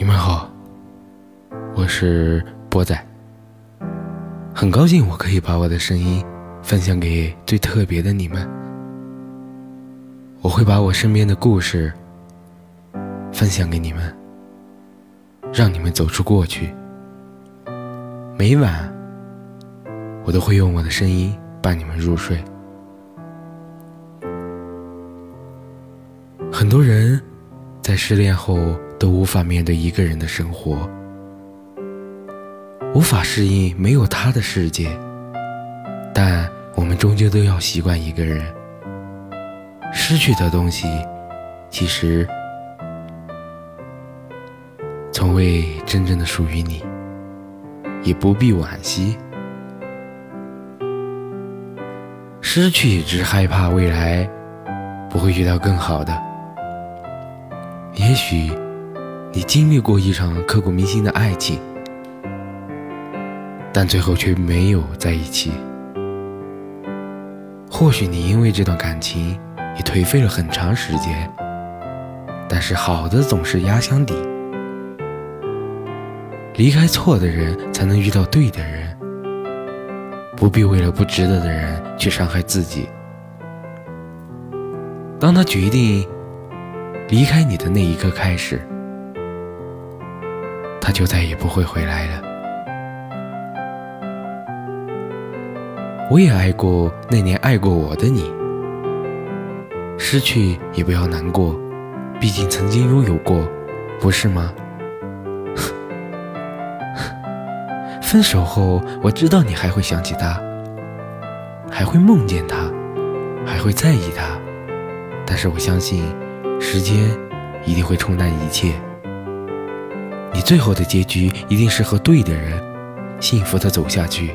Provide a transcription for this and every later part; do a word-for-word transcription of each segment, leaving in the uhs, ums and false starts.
你们好，我是波仔，很高兴我可以把我的声音分享给最特别的你们。我会把我身边的故事分享给你们，让你们走出过去。每晚我都会用我的声音伴你们入睡。很多人在失恋后都无法面对一个人的生活，无法适应没有他的世界，但我们终究都要习惯一个人。失去的东西其实从未真正的属于你，也不必惋惜。失去只害怕未来不会遇到更好的。也许你经历过一场刻骨铭心的爱情，但最后却没有在一起。或许你因为这段感情也颓废了很长时间，但是好的总是压箱底。离开错的人，才能遇到对的人，不必为了不值得的人去伤害自己。当他决定离开你的那一刻开始，他就再也不会回来了。我也爱过那年爱过我的你，失去也不要难过，毕竟曾经拥有过，不是吗？分手后我知道你还会想起他，还会梦见他，还会在意他，但是我相信时间一定会冲淡一切。你最后的结局一定是和对的人幸福地走下去。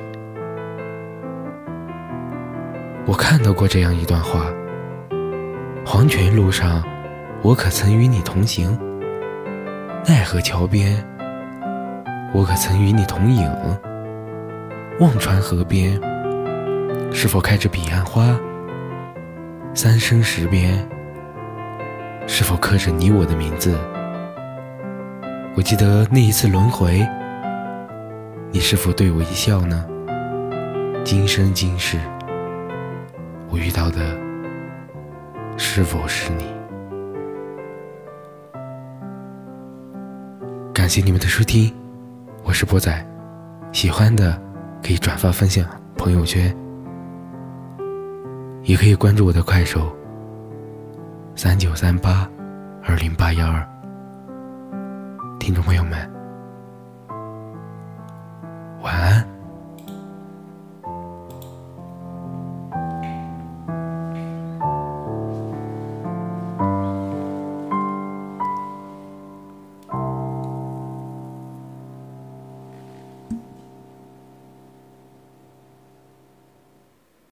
我看到过这样一段话：黄泉路上我可曾与你同行，奈何桥边我可曾与你同饮，忘川河边是否开着彼岸花，三生石边是否刻着你我的名字。我记得那一次轮回，你是否对我一笑呢？今生今世我遇到的是否是你？感谢你们的收听，我是波仔，喜欢的可以转发分享朋友圈，也可以关注我的快手三九三八二零八幺二。听众朋友们，